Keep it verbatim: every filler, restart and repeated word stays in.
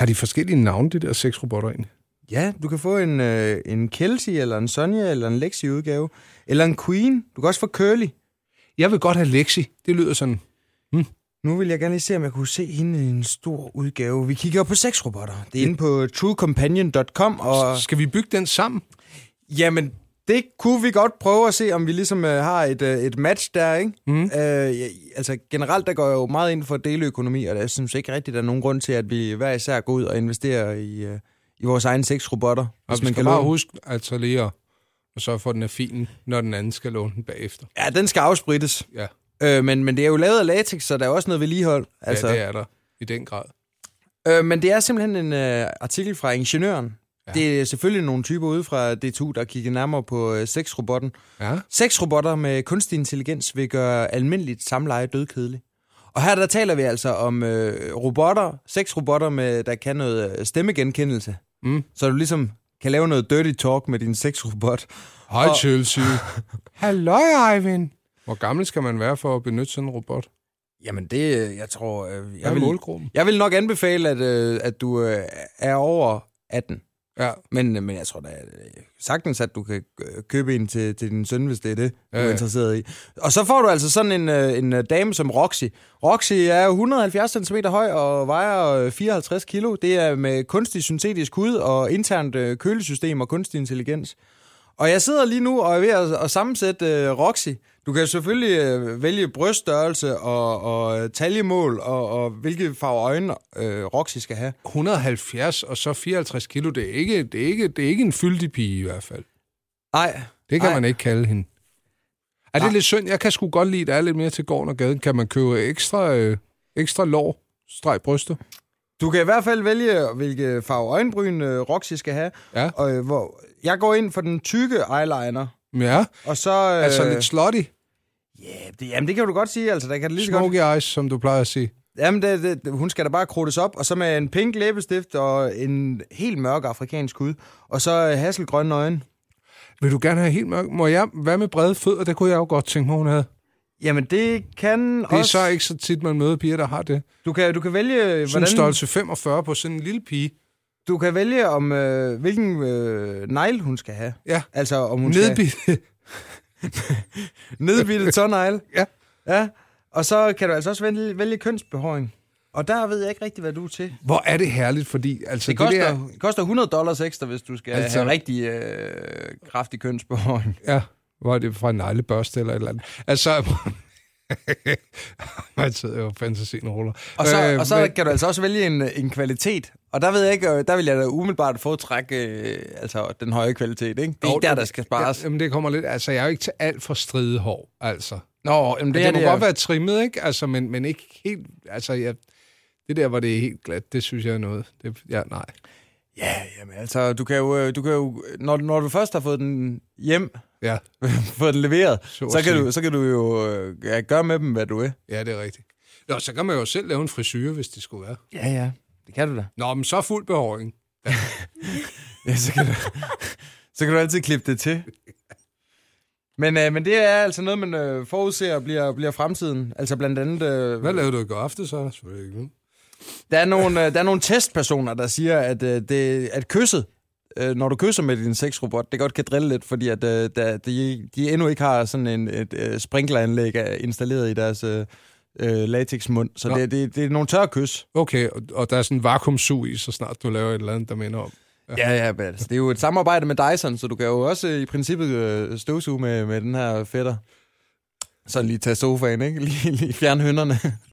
Har de forskellige navne, de der sexrobotter egentlig? Ja, du kan få en, øh, en Kelsey, eller en Sonja, eller en Lexi-udgave. Eller en Queen. Du kan også få Curly. Jeg vil godt have Lexi. Det lyder sådan... Hmm. Nu vil jeg gerne lige se, om jeg kunne se hende i en stor udgave. Vi kigger på sexrobotter. Det er inde på true companion punktum com. Og... Skal vi bygge den sammen? Jamen, det kunne vi godt prøve at se, om vi ligesom øh, har et, øh, et match der, ikke? Mm. Øh, ja, altså, generelt, der går jeg jo meget ind for deleøkonomi, og jeg synes ikke rigtigt, der er nogen grund til, at vi hver især går ud og investerer i, øh, i vores egne sexrobotter. Og vi skal bare låne. Huske altså lige at og så for den er fin, når den anden skal låne den bagefter. Ja, den skal afsprittes. Ja. Øh, men, men det er jo lavet af latex, så der er også noget vedligehold. Altså, ja, det er der. I den grad. Øh, men det er simpelthen en øh, artikel fra Ingeniøren. Ja. Det er selvfølgelig nogle typer ude fra D to, der kigger nærmere på øh, sexrobotten. Ja. Sexrobotter med kunstig intelligens vil gøre almindeligt samleje dødkedeligt. Og her der taler vi altså om øh, robotter, sexrobotter, med, der kan noget stemmegenkendelse. Mm. Så du ligesom kan lave noget dirty talk med din sexrobot. Hej, og... Chelsea. Halløj, Eivind. Hvor gammel skal man være for at benytte sådan en robot? Jamen det, jeg tror... Øh, jeg, jeg, vil, jeg vil nok anbefale, at, øh, at du øh, er over atten. Ja. Men, men jeg tror da sagtens, at du kan købe en til, til din søn, hvis det er det, du ja, ja. er interesseret i. Og så får du altså sådan en, en dame som Roxy. Roxy er et hundrede og halvfjerds centimeter høj og vejer fireoghalvtreds kilo. Det er med kunstig syntetisk hud og internt kølesystem og kunstig intelligens. Og jeg sidder lige nu og er ved at, at sammensætte uh, Roxy. Du kan selvfølgelig uh, vælge bryststørrelse og, og taljemål og, og hvilke farve øjne uh, Roxy skal have. et hundrede og halvfjerds og så fireoghalvtreds kilo, det er ikke, det er ikke, det er ikke en fyldig pige i hvert fald. Nej. Det kan Ej. man ikke kalde hende. Er det Nej. lidt synd? Jeg kan sgu godt lide, at der er lidt mere til gården og gaden. Kan man købe ekstra, øh, ekstra lår, streg bryster? Du kan i hvert fald vælge, hvilke farve øjenbryn uh, Roxy skal have. Ja. Og, uh, hvor jeg går ind for den tykke eyeliner. Ja, og så, uh, altså lidt slutty. Ja, yeah, det, jamen det kan du godt sige. Altså, der kan det lige Smoky godt... eyes, som du plejer at sige. Jamen, det, det, hun skal da bare krudtes op, og så med en pink læbestift og en helt mørk afrikansk hud, og så uh, hasselgrønne øjne. Vil du gerne have helt mørk? Må jeg være med brede fødder? Det kunne jeg jo godt tænke mig, hun havde. Jamen, det kan det er også... så ikke så tit, man møder piger, der har det. Du kan, du kan vælge... Sådan hvordan... størrelse femogfyrre på sådan en lille pige. Du kan vælge, om øh, hvilken øh, negl hun skal have. Ja. Altså, om hun Nedbitte. skal... Nedbitte tånegl. Ja. Ja. Og så kan du altså også vælge, vælge kønsbehåring. Og der ved jeg ikke rigtig, hvad du er til. Hvor er det herligt, fordi... Altså, det, koster, det, der... det koster hundrede dollars ekstra, hvis du skal altså... have rigtig øh, kraftig kønsbehåring. Ja. Hvor er det fra en neglebørste eller et eller andet? Altså... Man sidder jo fantasien ruller. Og så, øh, og så men... kan du altså også vælge en, en kvalitet. Og der ved jeg ikke, der vil jeg da umiddelbart foretrække øh, altså den høje kvalitet, ikke? Det er jo, ikke der, der skal spares. Ja, jamen det kommer lidt... Altså, jeg er jo ikke til alt for stride hår, altså. Nå, jamen det, det, det må det, godt være trimmet, ikke? Altså, men, men ikke helt... Altså, jeg, det der, hvor det er helt glat, det synes jeg er noget. Det, ja, nej. Ja, jamen altså, du kan jo... Du kan jo når, når du først har fået den hjem... Ja. fået den leveret, så, så, kan du, så kan du jo ja, gøre med dem, hvad du vil. Ja, det er rigtigt. Nå, så kan man jo selv lave en frisyre, hvis det skulle være. Ja, ja. Det kan du da. Nå, men så fuld behåring. Ja, ja så, kan du, så kan du altid klippe det til. Men, øh, men det er altså noget, man øh, forudser bliver, bliver fremtiden. Altså blandt andet... Øh, hvad lavede du i går aftes, så? Der er nogle, øh, der er nogle testpersoner, der siger, at, øh, det, at kysset, øh, når du kysser med din sexrobot, det godt kan drille lidt, fordi at, øh, der, de, de endnu ikke har sådan en, et øh, sprinkleranlæg installeret i deres øh, latexmund. Så det, det, det er nogle tørre kys. Okay, og, og der er sådan en vakuumsug i, så snart du laver et eller andet, der minder om. Ja, ja, ja, altså, det er jo et samarbejde med Dyson, så du kan jo også i princippet øh, støvsuge med, med den her fætter. Sådan lige tage sofaen, ikke? Lige, lige fjerne hønderne.